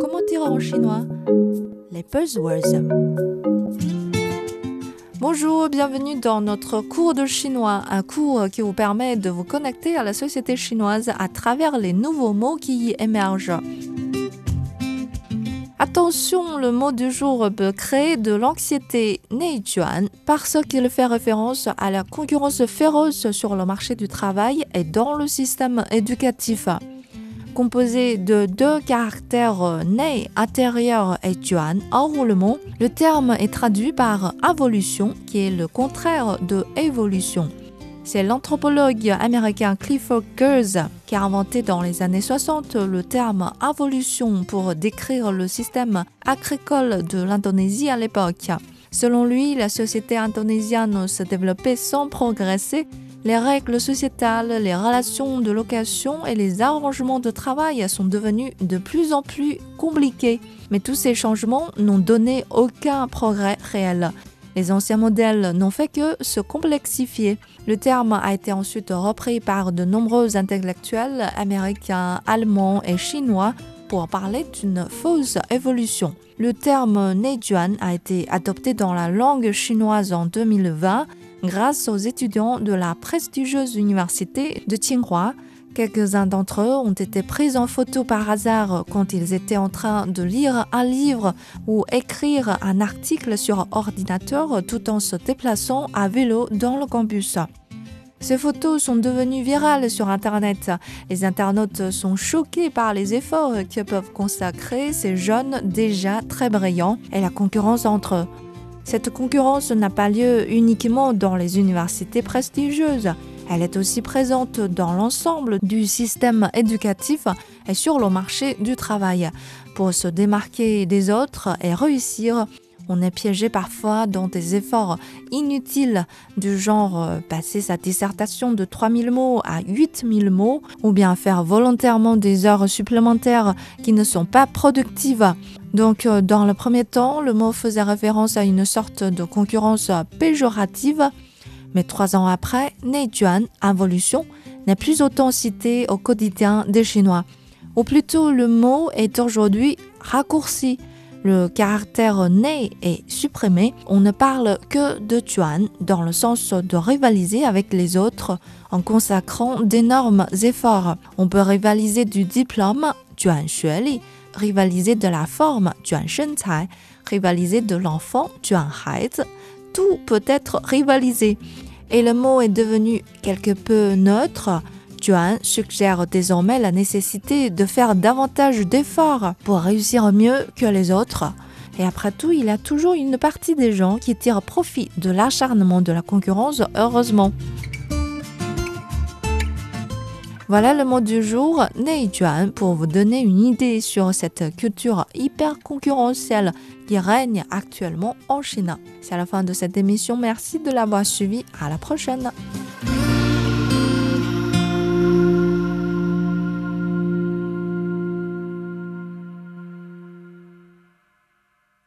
Comment dire en chinois? Les buzzwords. Bonjour, bienvenue dans notre cours de chinois, un cours qui vous permet de vous connecter à la société chinoise à travers les nouveaux mots qui y émergent. Attention, le mot du jour peut créer de l'anxiété neijuan parce qu'il fait référence à la concurrence féroce sur le marché du travail et dans le système éducatif. Composé de deux caractères nei intérieur et juan enroulement, le terme est traduit par involution qui est le contraire de évolution. C'est l'anthropologue américain Clifford Geertz qui a inventé dans les années 60 le terme involution pour décrire le système agricole de l'Indonésie à l'époque. Selon lui, la société indonésienne se développait sans progresser. Les règles sociétales, les relations de location et les arrangements de travail sont devenus de plus en plus compliqués. Mais tous ces changements n'ont donné aucun progrès réel. Les anciens modèles n'ont fait que se complexifier. Le terme a été ensuite repris par de nombreux intellectuels américains, allemands et chinois pour parler d'une fausse évolution. Le terme neijuan a été adopté dans la langue chinoise en 2020 grâce aux étudiants de la prestigieuse université de Tsinghua. Quelques-uns d'entre eux ont été pris en photo par hasard quand ils étaient en train de lire un livre ou écrire un article sur ordinateur tout en se déplaçant à vélo dans le campus. Ces photos sont devenues virales sur Internet. Les internautes sont choqués par les efforts que peuvent consacrer ces jeunes déjà très brillants et la concurrence entre eux. Cette concurrence n'a pas lieu uniquement dans les universités prestigieuses. Elle est aussi présente dans l'ensemble du système éducatif et sur le marché du travail. Pour se démarquer des autres et réussir, on est piégé parfois dans des efforts inutiles du genre passer sa dissertation de 3000 mots à 8000 mots ou bien faire volontairement des heures supplémentaires qui ne sont pas productives. Donc, dans le premier temps, le mot faisait référence à une sorte de concurrence péjorative. Mais 3 ans après, neijuan, involution, n'est plus autant cité au quotidien des Chinois. Ou plutôt, le mot est aujourd'hui raccourci. Le caractère nei est supprimé. On ne parle que de juan dans le sens de rivaliser avec les autres en consacrant d'énormes efforts. On peut rivaliser du diplôme, juan xueli, rivaliser de la forme, juan shencai, rivaliser de l'enfant, juan haizi. Tout peut être rivalisé. Et le mot est devenu quelque peu neutre. Juan suggère désormais la nécessité de faire davantage d'efforts pour réussir mieux que les autres. Et après tout, il y a toujours une partie des gens qui tirent profit de l'acharnement de la concurrence, heureusement. Voilà le mot du jour, neijuan, pour vous donner une idée sur cette culture hyper concurrentielle qui règne actuellement en Chine. C'est la fin de cette émission. Merci de l'avoir suivi. À la prochaine.